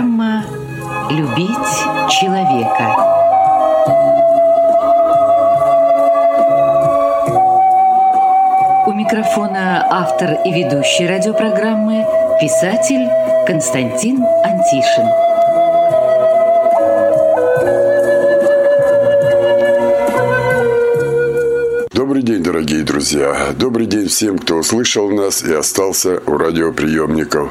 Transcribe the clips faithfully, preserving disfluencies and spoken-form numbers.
Программа «Любить человека». У микрофона автор и ведущий радиопрограммы писатель Константин Антишин. Добрый день, дорогие друзья. Добрый день всем, кто услышал нас и остался у радиоприемников.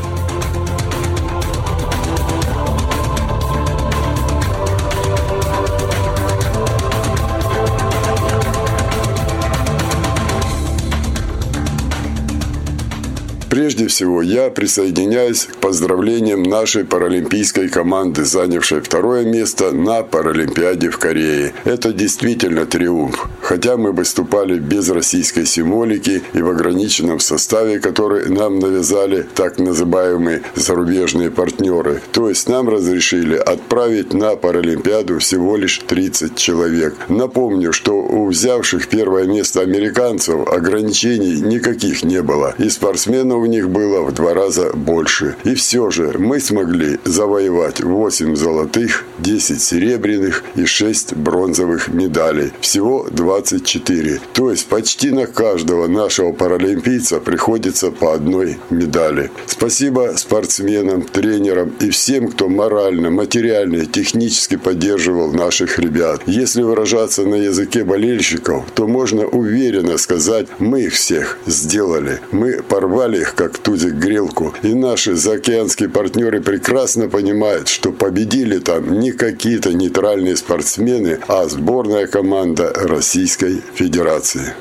Прежде всего, я присоединяюсь к поздравлениям нашей паралимпийской команды, занявшей второе место на Паралимпиаде в Корее. Это действительно триумф. Хотя мы выступали без российской символики и в ограниченном составе, который нам навязали так называемые зарубежные партнеры. То есть нам разрешили отправить на Паралимпиаду всего лишь тридцать человек. Напомню, что у взявших первое место американцев ограничений никаких не было. И спортсменов у них было в два раза больше. И все же мы смогли завоевать восемь золотых, десять серебряных и шесть бронзовых медалей. Всего двадцать четыре. То есть почти на каждого нашего паралимпийца приходится по одной медали. Спасибо спортсменам, тренерам и всем, кто морально, материально и технически поддерживал наших ребят. Если выражаться на языке болельщиков, то можно уверенно сказать, мы их всех сделали. Мы порвали их как тузик грелку. И наши заокеанские партнеры прекрасно понимают, что победили там не какие-то нейтральные спортсмены, а сборная команда Российской Федерации.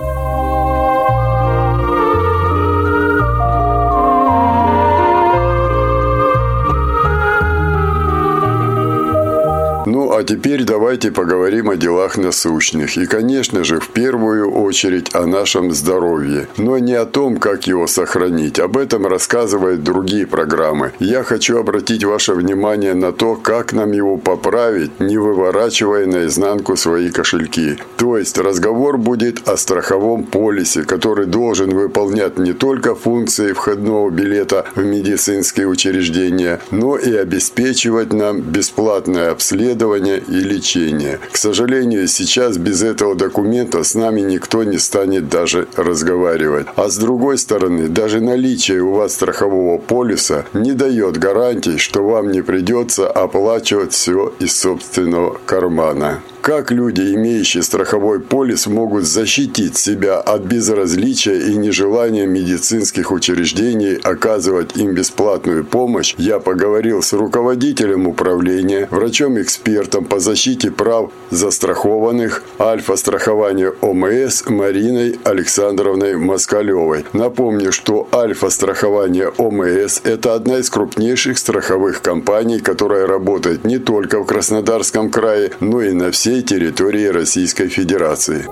Ну, а теперь давайте поговорим о делах насущных. И, конечно же, в первую очередь о нашем здоровье. Но не о том, как его сохранить. Об этом рассказывают другие программы. Я хочу обратить ваше внимание на то, как нам его поправить, не выворачивая наизнанку свои кошельки. То есть разговор будет о страховом полисе, который должен выполнять не только функции входного билета в медицинские учреждения, но и обеспечивать нам бесплатное обследование и лечение. К сожалению, сейчас без этого документа с нами никто не станет даже разговаривать. А с другой стороны, даже наличие у вас страхового полиса не дает гарантий, что вам не придется оплачивать все из собственного кармана. Как люди, имеющие страховой полис, могут защитить себя от безразличия и нежелания медицинских учреждений оказывать им бесплатную помощь, я поговорил с руководителем управления, врачом-экспертом по защите прав застрахованных Альфа-страхования ОМС Мариной Александровной Москалевой. Напомню, что Альфа-страхование ОМС – это одна из крупнейших страховых компаний, которая работает не только в Краснодарском крае, но и на всей территории Российской Федерации.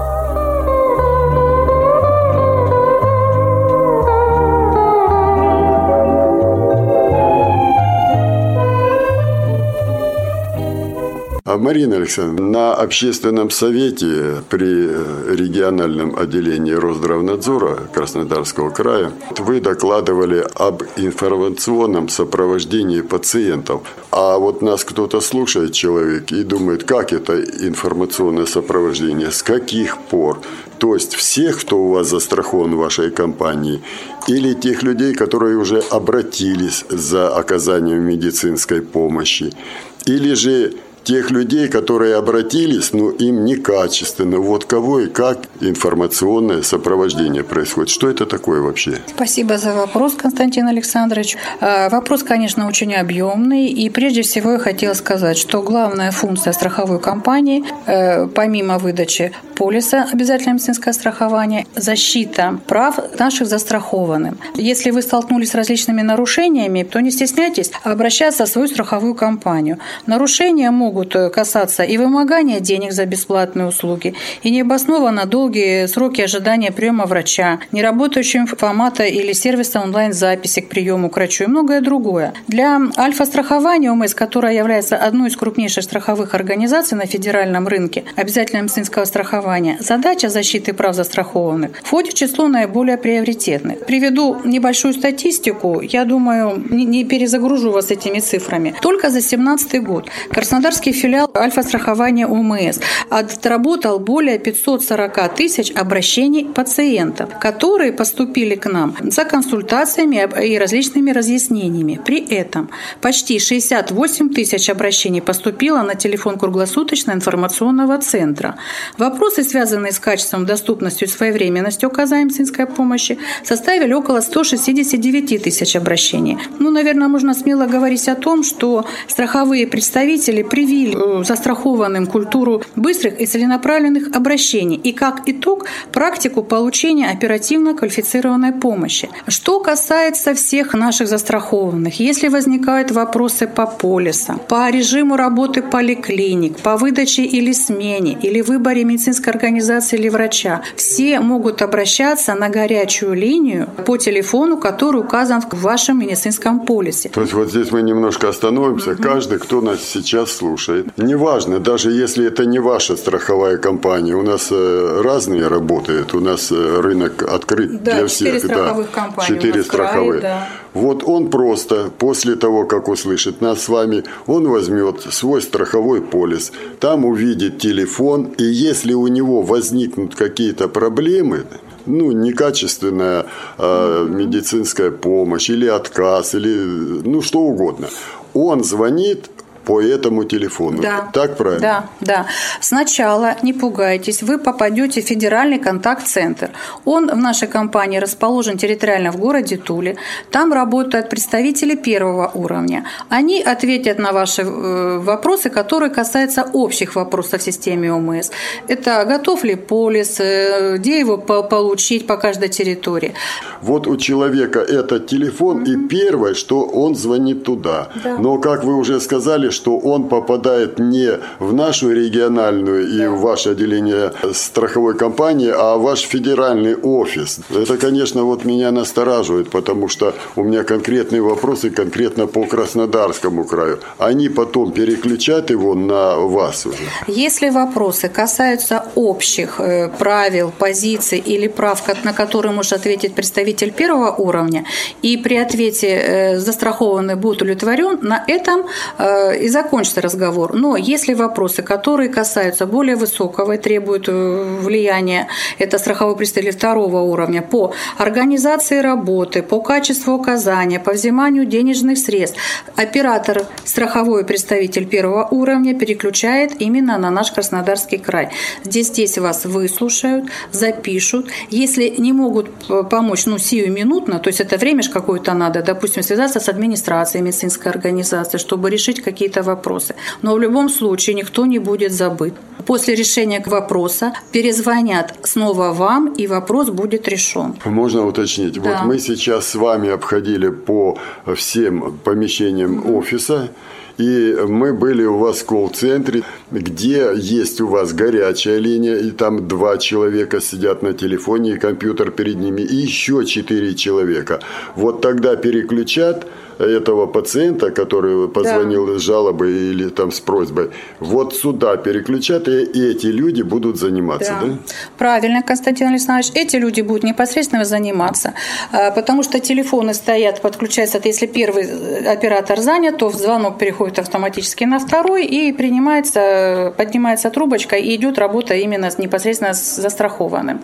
Марина Александровна, на общественном совете при региональном отделении Росздравнадзора Краснодарского края вы докладывали об информационном сопровождении пациентов. А вот нас кто-то слушает, человек, и думает, как это информационное сопровождение, с каких пор? То есть всех, кто у вас застрахован в вашей компании, или тех людей, которые уже обратились за оказанием медицинской помощи, или же тех людей, которые обратились, но им некачественно. Вот кого и как информационное сопровождение происходит. Что это такое вообще? Спасибо за вопрос, Константин Александрович. Вопрос, конечно, очень объемный. И прежде всего я хотела сказать, что главная функция страховой компании, помимо выдачи полиса обязательное медицинское страхование, защита прав наших застрахованных. Если вы столкнулись с различными нарушениями, то не стесняйтесь обращаться в свою страховую компанию. Нарушения могут могут касаться и вымогания денег за бесплатные услуги, и необоснованно долгие сроки ожидания приема врача, неработающего информата или сервиса онлайн-записи к приему к врачу и многое другое. Для Альфа-страхования ОМС, которая является одной из крупнейших страховых организаций на федеральном рынке обязательного медицинского страхования, задача защиты прав застрахованных входит в число наиболее приоритетных. Приведу небольшую статистику, я думаю, не перезагружу вас этими цифрами. Только за две тысячи семнадцатый год Краснодарский филиал Альфа-страхования ОМС отработал более пятьсот сорок тысяч обращений пациентов, которые поступили к нам за консультациями и различными разъяснениями. При этом почти шестьдесят восемь тысяч обращений поступило на телефон круглосуточного информационного центра. Вопросы, связанные с качеством, доступностью и своевременностью оказания медицинской помощи, составили около сто шестьдесят девять тысяч обращений. Ну, наверное, можно смело говорить о том, что страховые представители привили застрахованным культуру быстрых и целенаправленных обращений и, как итог, практику получения оперативно квалифицированной помощи. Что касается всех наших застрахованных, если возникают вопросы по полисам, по режиму работы поликлиник, по выдаче или смене, или выборе медицинской организации или врача, все могут обращаться на горячую линию по телефону, который указан в вашем медицинском полисе. То есть вот здесь мы немножко остановимся. Угу. Каждый, кто нас сейчас слушает, неважно, даже если это не ваша страховая компания, у нас разные работают, у нас рынок открыт да, для всех. Четыре страховых да, компании. Четыре страховых. Да. Вот он просто после того, как услышит нас с вами, он возьмет свой страховой полис, там увидит телефон, и если у него возникнут какие-то проблемы, ну, некачественная э, медицинская помощь или отказ, или ну что угодно, он звонит по этому телефону. Да. Так правильно? Да, да. Сначала, не пугайтесь, вы попадете в федеральный контакт-центр. Он в нашей компании расположен территориально в городе Туле. Там работают представители первого уровня. Они ответят на ваши вопросы, которые касаются общих вопросов в системе ОМС. Это готов ли полис, где его получить по каждой территории. Вот у человека этот телефон, mm-hmm. и первое, что он звонит туда. Да. Но, как вы уже сказали, что он попадает не в нашу региональную и да. в ваше отделение страховой компании, а в ваш федеральный офис. Это, конечно, вот меня настораживает, потому что у меня конкретные вопросы конкретно по Краснодарскому краю. Они потом переключат его на вас уже. Если вопросы касаются общих правил, позиций или прав, на которые может ответить представитель первого уровня, и при ответе застрахованный будет удовлетворен, на этом и закончится разговор. Но если вопросы, которые касаются более высокого и требуют влияния, это страховой представитель второго уровня, по организации работы, по качеству указания, по взиманию денежных средств, оператор, страховой представитель первого уровня переключает именно на наш Краснодарский край. Здесь, здесь вас выслушают, запишут. Если не могут помочь, ну, сиюминутно, то есть это время же какое-то надо, допустим, связаться с администрацией медицинской организации, чтобы решить какие-то вопросы. Но в любом случае никто не будет забыт. После решения вопроса перезвонят снова вам, и вопрос будет решен. Можно уточнить? Да. Вот мы сейчас с вами обходили по всем помещениям mm-hmm. офиса, и мы были у вас в колл-центре, где есть у вас горячая линия, и там два человека сидят на телефоне, и компьютер перед ними, и еще четыре человека. Вот тогда переключат этого пациента, который позвонил да. с жалобой или там с просьбой, вот сюда переключат, и эти люди будут заниматься, да? да? Правильно, Константин Александрович, эти люди будут непосредственно заниматься, потому что телефоны стоят, подключаются, если первый оператор занят, то звонок переходит автоматически на второй, и принимается, поднимается трубочка, и идет работа именно непосредственно с застрахованным.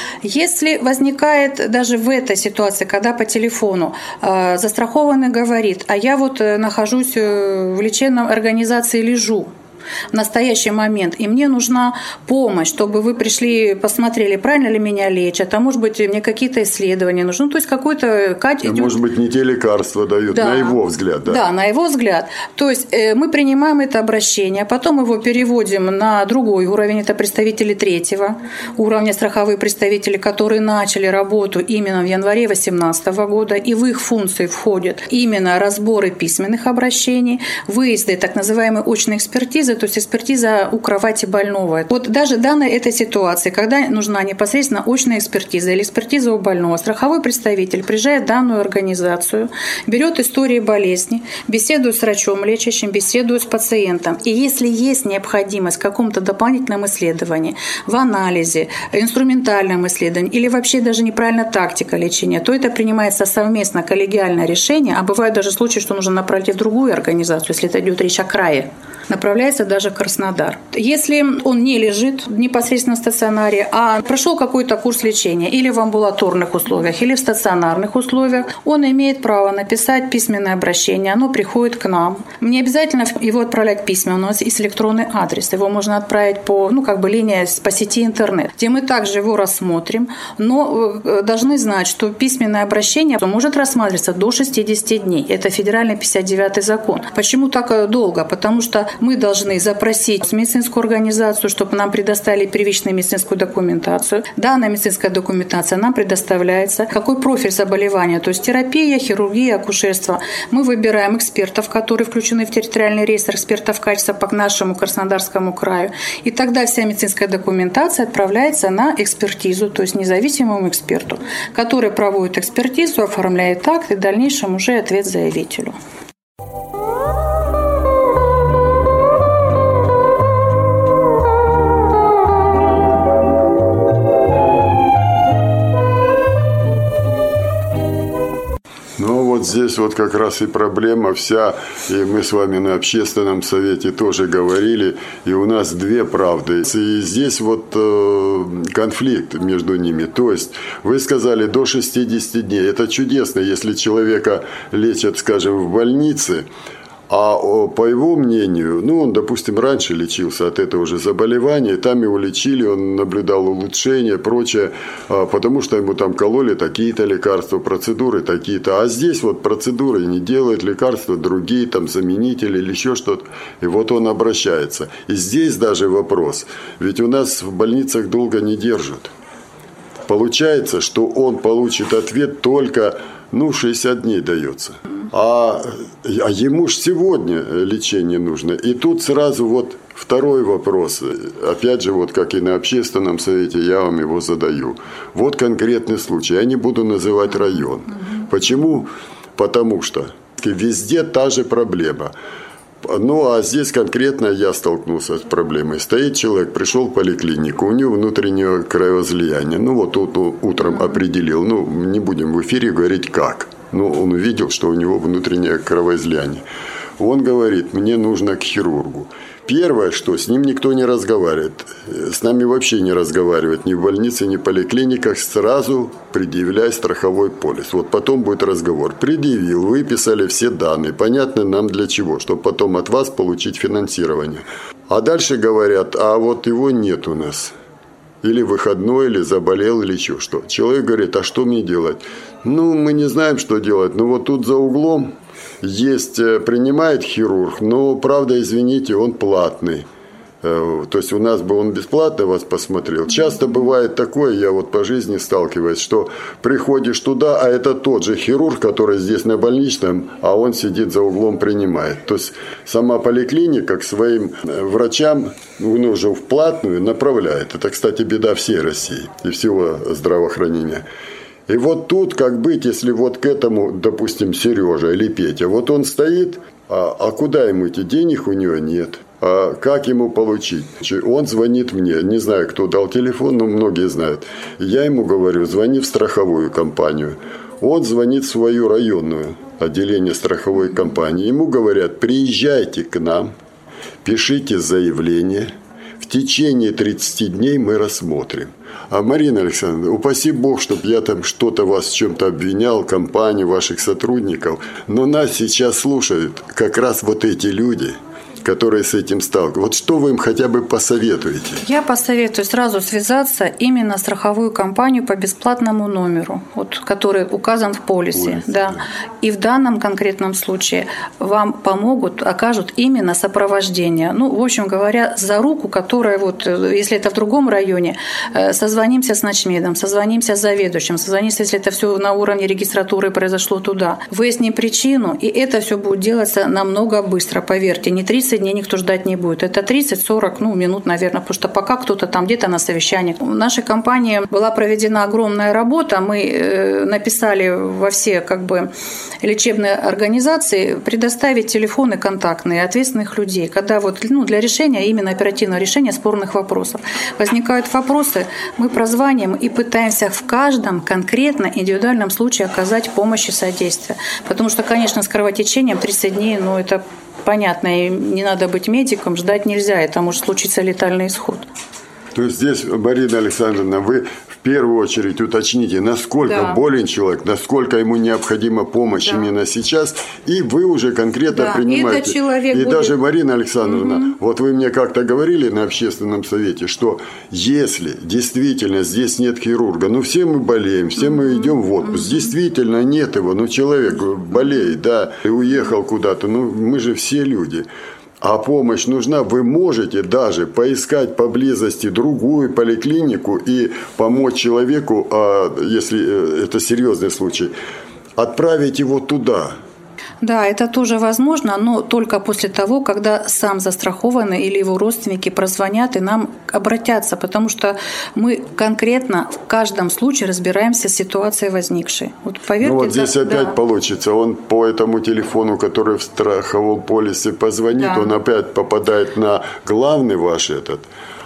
Если возникает даже в этой ситуации, когда по телефону застрахованный говорит, говорит, а я вот нахожусь в лечебной организации, лежу в настоящий момент, и мне нужна помощь, чтобы вы пришли, посмотрели, правильно ли меня лечат, а может быть, мне какие-то исследования нужны, ну, то есть какой-то качество. Может быть, не те лекарства дают, да. на его взгляд. Да. да, на его взгляд. То есть мы принимаем это обращение, потом его переводим на другой уровень, это представители третьего уровня, страховые представители, которые начали работу именно в январе две тысячи восемнадцатого года, и в их функции входят именно разборы письменных обращений, выезды так называемой очной экспертизы, экспертиза, то есть экспертиза у кровати больного. Вот даже данной этой ситуации, когда нужна непосредственно очная экспертиза или экспертиза у больного, страховой представитель приезжает в данную организацию, берет истории болезни, беседует с врачом лечащим, беседует с пациентом. И если есть необходимость в каком-то дополнительном исследовании, в анализе, инструментальном исследовании или вообще даже неправильная тактика лечения, то это принимается совместно коллегиальное решение, а бывают даже случаи, что нужно направить в другую организацию, если это идет речь о крае. Направляется даже в Краснодар. Если он не лежит непосредственно в стационаре, а прошел какой-то курс лечения или в амбулаторных условиях, или в стационарных условиях, он имеет право написать письменное обращение, оно приходит к нам. Не обязательно его отправлять письменно, у нас есть электронный адрес, его можно отправить по, ну, как бы линия по сети интернет, где мы также его рассмотрим, но должны знать, что письменное обращение может рассматриваться до шестидесяти дней. Это федеральный пятьдесят девятый закон. Почему так долго? Потому что мы должны запросить медицинскую организацию, чтобы нам предоставили первичную медицинскую документацию. Данная медицинская документация нам предоставляется. Какой профиль заболевания? То есть терапия, хирургия, акушерство. Мы выбираем экспертов, которые включены в территориальный реестр экспертов качества по нашему Краснодарскому краю. И тогда вся медицинская документация отправляется на экспертизу, то есть независимому эксперту, который проводит экспертизу, оформляет акт и в дальнейшем уже ответ заявителю. Здесь вот как раз и проблема вся, и мы с вами на общественном совете тоже говорили, и у нас две правды. И здесь вот э, конфликт между ними. То есть вы сказали до шестидесяти дней. Это чудесно, если человека лечат, скажем, в больнице, а по его мнению, ну, он, допустим, раньше лечился от этого же заболевания, там его лечили, он наблюдал улучшения, прочее, потому что ему там кололи такие-то лекарства, процедуры такие-то. А здесь вот процедуры не делают, лекарства другие, там заменители или еще что-то. И вот он обращается. И здесь даже вопрос. Ведь у нас в больницах долго не держат. Получается, что он получит ответ только, ну, шестьдесят дней дается. А, а ему ж сегодня лечение нужно. И тут сразу вот второй вопрос. Опять же, вот как и на общественном совете, я вам его задаю. Вот конкретный случай. Я не буду называть район. Почему? Потому что везде та же проблема. Ну, а здесь конкретно я столкнулся с проблемой. Стоит человек, пришел в поликлинику, у него внутреннее кровоизлияние. Ну, вот тут утром определил. Ну, не будем в эфире говорить как. Но он увидел, что у него внутреннее кровоизлияние. Он говорит, мне нужно к хирургу. Первое, что с ним никто не разговаривает. С нами вообще не разговаривают ни в больнице, ни в поликлиниках. Сразу предъявляй страховой полис. Вот потом будет разговор. Предъявил, выписали все данные. Понятно нам для чего. Чтобы потом от вас получить финансирование. А дальше говорят, а вот его нет у нас. Или выходной, или заболел, или еще что. Человек говорит, а что мне делать? Ну, мы не знаем, что делать. Но вот тут за углом есть, принимает хирург, но, правда, извините, он платный. То есть у нас бы он бесплатно вас посмотрел. Часто бывает такое, я вот по жизни сталкиваюсь, что приходишь туда, а это тот же хирург, который здесь на больничном, а он сидит за углом, принимает. То есть сама поликлиника к своим врачам, ну, уже в платную направляет. Это, кстати, беда всей России и всего здравоохранения. И вот тут, как быть, если вот к этому, допустим, Сережа или Петя, вот он стоит, а, а куда ему идти? Денег у него нет. А как ему получить? Он звонит мне, не знаю, кто дал телефон, но многие знают. Я ему говорю, звони в страховую компанию. Он звонит в свою районную отделение страховой компании. Ему говорят, приезжайте к нам, пишите заявление. В течение тридцати дней мы рассмотрим. А Марина Александровна, упаси Бог, чтобы я там что-то вас в чем-то обвинял, компанию, ваших сотрудников. Но нас сейчас слушают как раз вот эти люди, которые с этим сталкиваются. Вот что вы им хотя бы посоветуете? Я посоветую сразу связаться именно страховую компанию по бесплатному номеру, вот, который указан в полисе. Полис, да. Да. И в данном конкретном случае вам помогут, окажут именно сопровождение. Ну, в общем говоря, за руку, которая, вот, если это в другом районе, созвонимся с начмедом, созвонимся с заведующим, созвонимся, если это все на уровне регистратуры произошло туда. Выясним причину, и это все будет делаться намного быстро, поверьте, не тридцать тридцать дней никто ждать не будет. Это тридцать-сорок ну, минут, наверное, потому что пока кто-то там где-то на совещании. В нашей компании была проведена огромная работа. Мы написали во все как бы лечебные организации предоставить телефоны контактные ответственных людей, когда вот, ну, для решения, именно оперативного решения спорных вопросов. Возникают вопросы, мы прозваниваем и пытаемся в каждом конкретно индивидуальном случае оказать помощь и содействие. Потому что, конечно, с кровотечением тридцать дней, ну, это понятно, и не надо быть медиком, ждать нельзя, это может случиться летальный исход. То есть здесь, Марина Александровна, вы в первую очередь уточните, насколько да. болен человек, насколько ему необходима помощь да. именно сейчас, и вы уже конкретно да. принимаете. И, человек и будет... даже, Марина Александровна, угу. вот вы мне как-то говорили на общественном совете, что если действительно здесь нет хирурга, ну все мы болеем, все угу. мы идем в отпуск, угу. действительно нет его, ну человек болеет, да, и уехал куда-то, ну мы же все люди. А помощь нужна, вы можете даже поискать поблизости другую поликлинику и помочь человеку, если это серьезный случай, отправить его туда. Да, это тоже возможно, но только после того, когда сам застрахованный или его родственники прозвонят и нам обратятся, потому что мы конкретно в каждом случае разбираемся с ситуацией возникшей. Вот поверьте, ну вот здесь да, опять да. получится, он по этому телефону, который в страховом полисе позвонит, да. он опять попадает на главный ваш этот.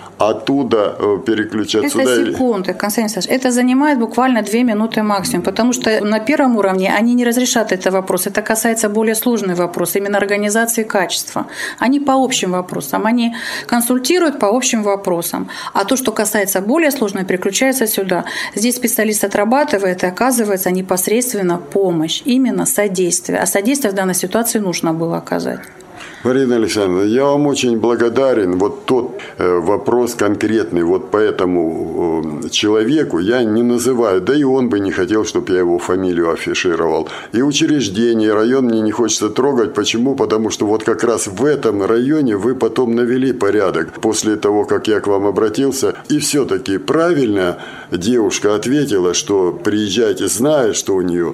Оттуда переключать это сюда. Это секунды, Константин Александрович. Это занимает буквально две минуты максимум, потому что на первом уровне они не разрешат этот вопрос. Это касается более сложный вопрос, именно организации качества. Они по общим вопросам, они консультируют по общим вопросам. А то, что касается более сложного, переключается сюда. Здесь специалист отрабатывает и оказывается непосредственно помощь, именно содействие. А содействие в данной ситуации нужно было оказать. Марина Александровна, я вам очень благодарен. Вот тот э, вопрос конкретный, вот по этому э, человеку я не называю, да и он бы не хотел, чтобы я его фамилию афишировал. И учреждение, район мне не хочется трогать. Почему? Потому что вот как раз в этом районе вы потом навели порядок после того, как я к вам обратился. И все-таки правильно девушка ответила, что приезжайте, зная, что у нее...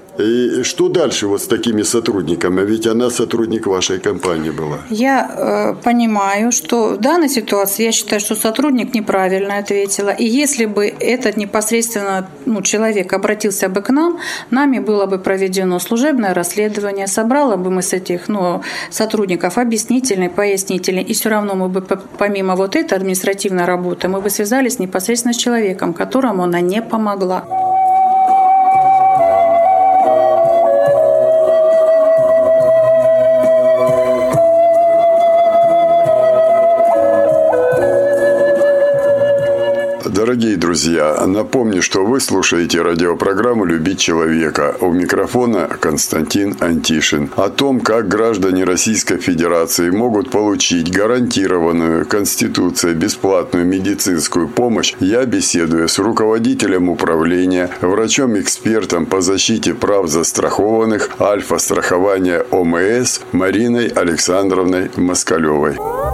И что дальше вот с такими сотрудниками? Ведь она сотрудник вашей компании была. Я э, понимаю, что в данной ситуации я считаю, что сотрудник неправильно ответила. И если бы этот непосредственно ну, человек обратился бы к нам, нами было бы проведено служебное расследование, собрало бы мы с этих ну, сотрудников объяснительный, пояснительный, и все равно мы бы помимо вот этой административной работы, мы бы связались непосредственно с человеком, которому она не помогла. Дорогие друзья, напомню, что вы слушаете радиопрограмму «Любить человека». У микрофона Константин Антишин. О том, как граждане Российской Федерации могут получить гарантированную Конституцией бесплатную медицинскую помощь, я беседую с руководителем управления, врачом-экспертом по защите прав застрахованных Альфа-страхования ОМС Мариной Александровной Москалевой.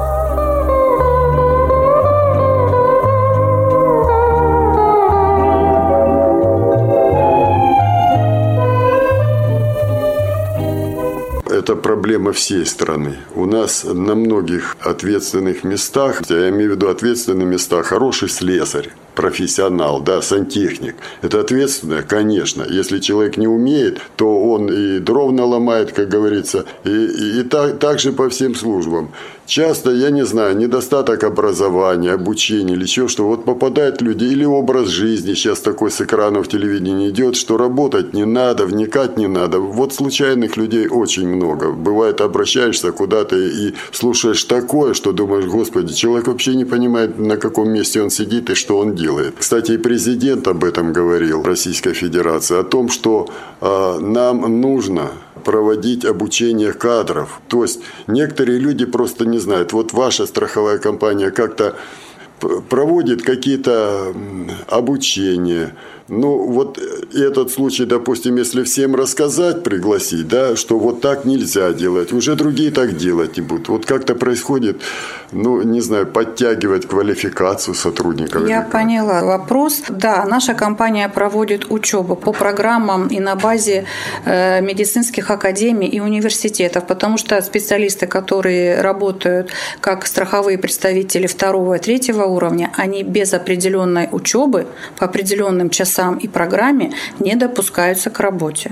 Это проблема всей страны. У нас на многих ответственных местах, я имею в виду ответственные места, хороший слесарь, профессионал, да, сантехник. Это ответственно, конечно. Если человек не умеет, то он и дров наломает, как говорится, и, и, и так, так же по всем службам. Часто, я не знаю, недостаток образования, обучения или еще что. Вот попадают люди, или образ жизни сейчас такой с экранов телевидения идет, что работать не надо, вникать не надо. Вот случайных людей очень много. Бывает, обращаешься куда-то и слушаешь такое, что думаешь, господи, человек вообще не понимает, на каком месте он сидит и что он делает. Кстати, и президент об этом говорил, Российской Федерации, о том, что э, нам нужно проводить обучение кадров. То есть некоторые люди просто не знают. Вот ваша страховая компания как-то проводит какие-то обучения, Ну, вот этот случай, допустим, если всем рассказать, пригласить, да, что вот так нельзя делать, уже другие так делать не будут. Вот как-то происходит, ну, не знаю, подтягивать квалификацию сотрудников. Я поняла вопрос. Да, наша компания проводит учебу по программам и на базе э, медицинских академий и университетов, потому что специалисты, которые работают как страховые представители второго и третьего уровня, они без определенной учебы по определенным часам и программе не допускаются к работе.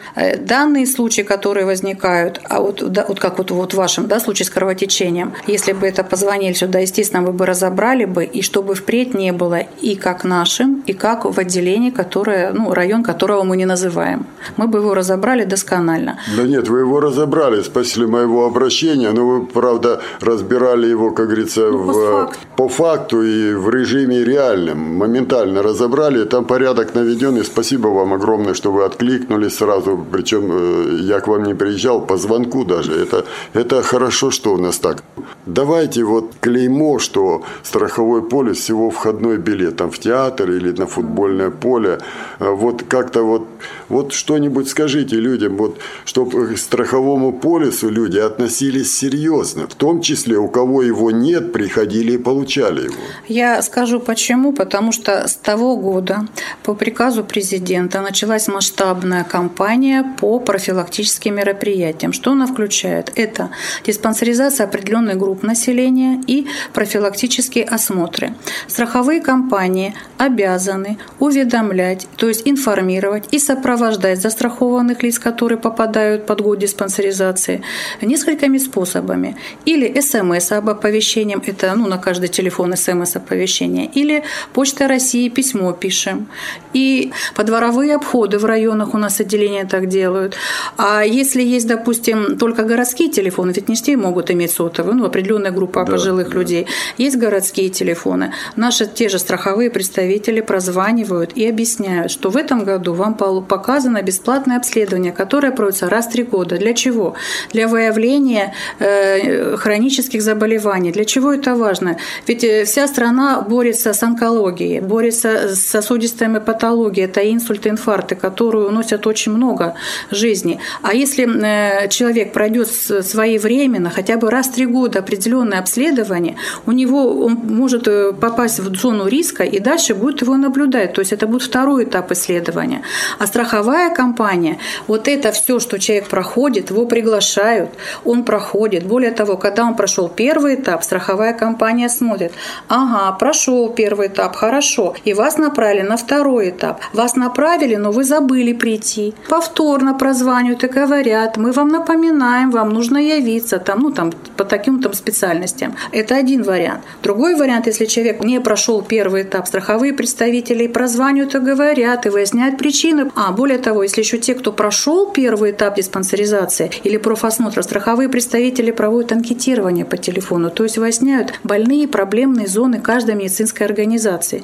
Данные случаи, которые возникают, а вот, да, вот как вот, вот в вашем да, случае с кровотечением, если бы это позвонили сюда, естественно, вы бы разобрали бы, и чтобы впредь не было и как нашим, и как в отделении, которое, ну, район которого мы не называем. Мы бы его разобрали досконально. Да нет, вы его разобрали, спасибо моего обращения, но вы, правда, разбирали его, как говорится, ну, в, по факту и в режиме реальном. Моментально разобрали, там порядок наведенный. Спасибо вам огромное, что вы откликнулись сразу. Причем я к вам не приезжал, по звонку даже. Это, это хорошо, что у нас так. Давайте вот клеймо, что страховой полис всего входной билет там в театр или на футбольное поле. Вот как-то вот, вот что-нибудь скажите людям, вот, чтобы к страховому полису люди относились серьезно. В том числе, у кого его нет, приходили и получали его. Я скажу почему. Потому что с того года по приказу президента началась масштабная кампания по профилактическим мероприятиям. Что она включает? Это диспансеризация определенных групп населения и профилактические осмотры. Страховые компании обязаны уведомлять, то есть информировать и сопровождать застрахованных лиц, которые попадают под год диспансеризации, несколькими способами. Или СМС-оповещением, это ну, на каждый телефон СМС-оповещение, или Почта России письмо пишем. И подворовые обходы в районах у нас отделения так делают. А если есть, допустим, только городские телефоны, ведь не все могут иметь сотовые, ну, определенная группа да, пожилых да. людей, есть городские телефоны. Наши те же страховые представители прозванивают и объясняют, что в этом году вам показано бесплатное обследование, которое проводится раз в три года. Для чего? Для выявления э, хронических заболеваний. Для чего это важно? Ведь вся страна борется с онкологией, борется с сосудистой патологией, это инсульты, инфаркты, которые уносят очень много жизни. А если человек пройдет своевременно, хотя бы раз в три года определенное обследование, у него он может попасть в зону риска и дальше будет его наблюдать. То есть это будет второй этап исследования. А страховая компания, вот это все, что человек проходит, его приглашают, он проходит. Более того, когда он прошел первый этап, страховая компания смотрит, ага, прошел первый этап, хорошо, и вас направили на второй этап. Вас направили, но вы забыли прийти. Повторно прозванивают и говорят, мы вам напоминаем, вам нужно явиться там, ну, там, по таким там специальностям. Это один вариант. Другой вариант, если человек не прошел первый этап, страховые представители прозванивают и говорят, и выясняют причины. А, более того, если еще те, кто прошел первый этап диспансеризации или профосмотра, страховые представители проводят анкетирование по телефону, то есть выясняют больные проблемные зоны каждой медицинской организации.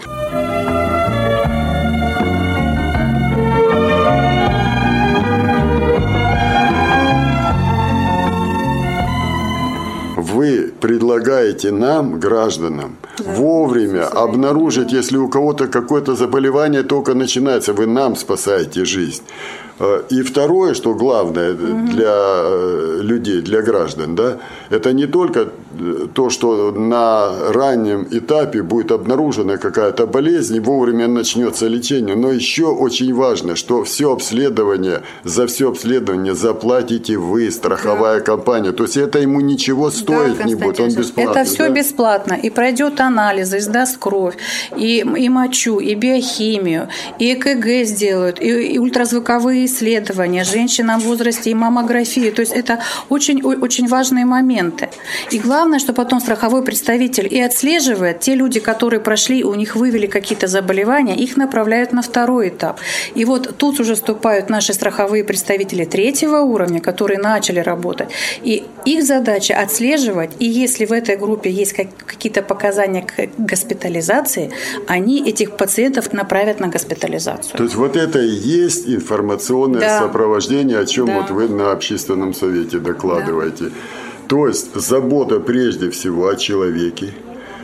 Вы предлагаете нам, гражданам, да, вовремя обнаружить, если у кого-то какое-то заболевание только начинается, вы нам спасаете жизнь. И второе, что главное для людей, для граждан, да, это не только то, что на раннем этапе будет обнаружена какая-то болезнь и вовремя начнется лечение, но еще очень важно, что все обследование, за все обследование заплатите вы, страховая да. компания. То есть это ему ничего стоить да, не будет, он бесплатный. Это все да? бесплатно. И пройдет анализы, сдаст кровь, и, и мочу, и биохимию, и ЭКГ сделают, и, и ультразвуковые исследования женщинам в возрасте, и маммографию. То есть это очень, очень важные моменты. И главное, что потом страховой представитель и отслеживает те люди, которые прошли, у них вывели какие-то заболевания, их направляют на второй этап. И вот тут уже вступают наши страховые представители третьего уровня, которые начали работать. И их задача отслеживать, и если в этой группе есть какие-то показания к госпитализации, они этих пациентов направят на госпитализацию. То есть вот это и есть информационное да. сопровождение, о чем да. вот вы на общественном совете докладываете. Да. То есть забота прежде всего о человеке,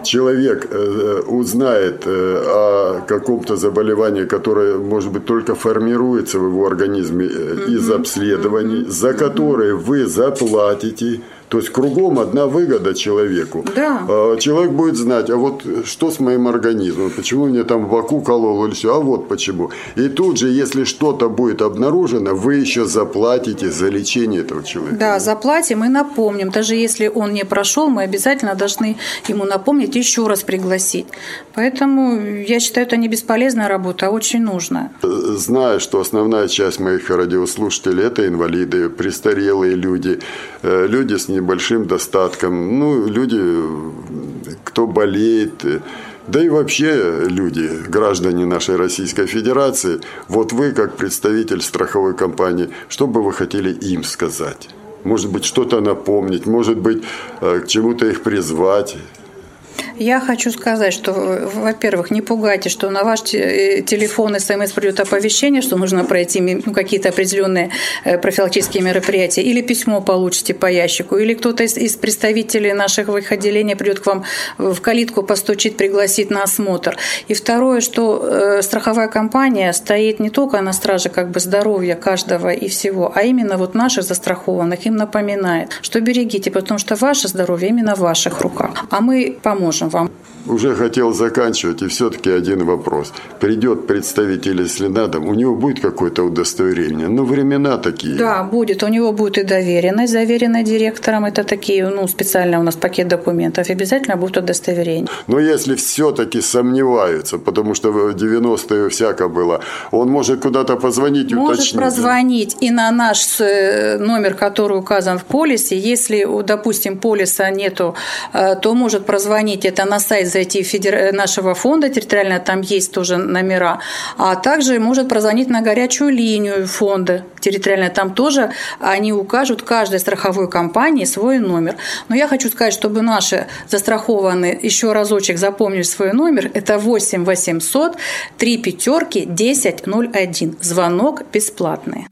человек э, узнает э, о каком-то заболевании, которое, может быть, только формируется в его организме э, из обследований, за которые вы заплатите. То есть кругом одна выгода человеку. Да. Человек будет знать, а вот что с моим организмом, почему мне там в боку кололо или все, а вот почему. И тут же, если что-то будет обнаружено, вы еще заплатите за лечение этого человека. Да, заплатим и напомним. Даже если он не прошел, мы обязательно должны ему напомнить, еще раз пригласить. Поэтому я считаю, это не бесполезная работа, а очень нужная. Знаю, что основная часть моих радиослушателей – это инвалиды, престарелые люди, люди с небольшим достатком, ну, люди, кто болеет, да и вообще люди, граждане нашей Российской Федерации. Вот вы, как представитель страховой компании, что бы вы хотели им сказать? Может быть, что-то напомнить, может быть, к чему-то их призвать? Я хочу сказать, что, во-первых, не пугайтесь, что на ваш телефон СМС придет оповещение, что нужно пройти ну, какие-то определенные профилактические мероприятия, или письмо получите по ящику, или кто-то из, из представителей нашего их отделения придет к вам в калитку, постучит, пригласит на осмотр. И второе, что страховая компания стоит не только на страже как бы здоровья каждого и всего, а именно вот наших застрахованных им напоминает, что берегите, потому что ваше здоровье именно в ваших руках, а мы поможем вам. Уже хотел заканчивать, и все-таки один вопрос. Придет представитель, если надо, у него будет какое-то удостоверение? Ну, времена такие. Да, будет. У него будет и доверенность, заверенная директором. Это такие, ну, специально у нас пакет документов. И обязательно будет удостоверение. Но если все-таки сомневаются, потому что в девяностые всяко было, он может куда-то позвонить и может уточнить. Может прозвонить и на наш номер, который указан в полисе. Если, допустим, полиса нету, то может прозвонить это на сайт зайти в федер... нашего фонда территориально, там есть тоже номера, а также может прозвонить на горячую линию фонда территориально, там тоже они укажут каждой страховой компании свой номер. Но я хочу сказать, чтобы наши застрахованные еще разочек запомнили свой номер, это восемь восемьсот три пятерки десять ноль один. Звонок бесплатный.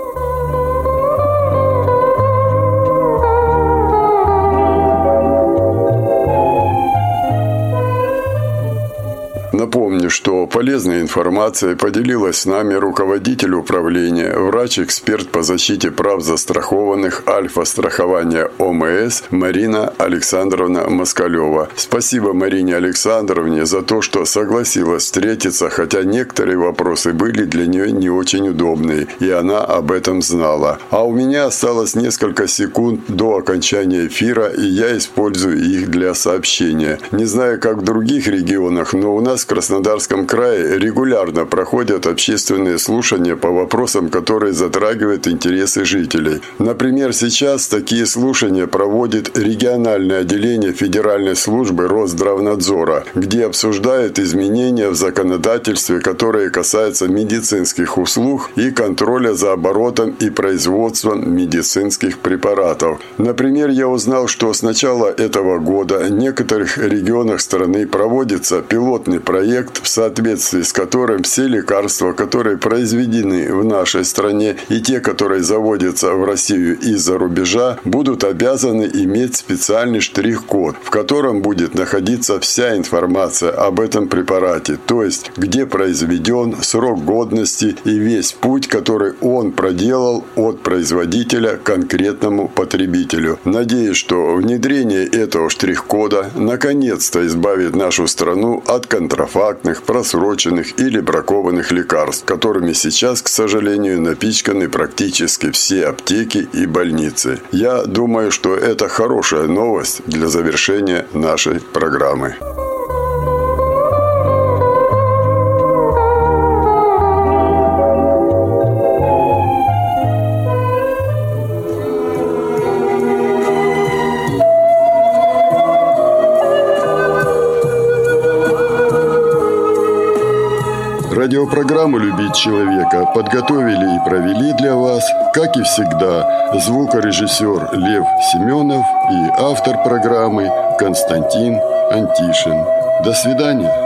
Напомню, что полезной информацией поделилась с нами руководитель управления, врач-эксперт по защите прав застрахованных Альфа-страхования ОМС Марина Александровна Москалева. Спасибо Марине Александровне за то, что согласилась встретиться, хотя некоторые вопросы были для нее не очень удобные, и она об этом знала. А у меня осталось несколько секунд до окончания эфира, и я использую их для сообщения. Не знаю, как в других регионах, но у нас в Краснодарском крае регулярно проходят общественные слушания по вопросам, которые затрагивают интересы жителей. Например, сейчас такие слушания проводит региональное отделение Федеральной службы Росздравнадзора, где обсуждают изменения в законодательстве, которые касаются медицинских услуг и контроля за оборотом и производством медицинских препаратов. Например, я узнал, что с начала этого года в некоторых регионах страны проводится пилотный проект, проект, в соответствии с которым все лекарства, которые произведены в нашей стране, и те, которые заводятся в Россию из-за рубежа, будут обязаны иметь специальный штрих-код, в котором будет находиться вся информация об этом препарате, то есть где произведен, срок годности и весь путь, который он проделал от производителя к конкретному потребителю. Надеюсь, что внедрение этого штрих-кода наконец-то избавит нашу страну от контрафактных, просроченных или бракованных лекарств, которыми сейчас, к сожалению, напичканы практически все аптеки и больницы. Я думаю, что это хорошая новость для завершения нашей программы. Радиопрограмму «Любить человека» подготовили и провели для вас, как и всегда, звукорежиссер Лев Семенов и автор программы Константин Антишин. До свидания.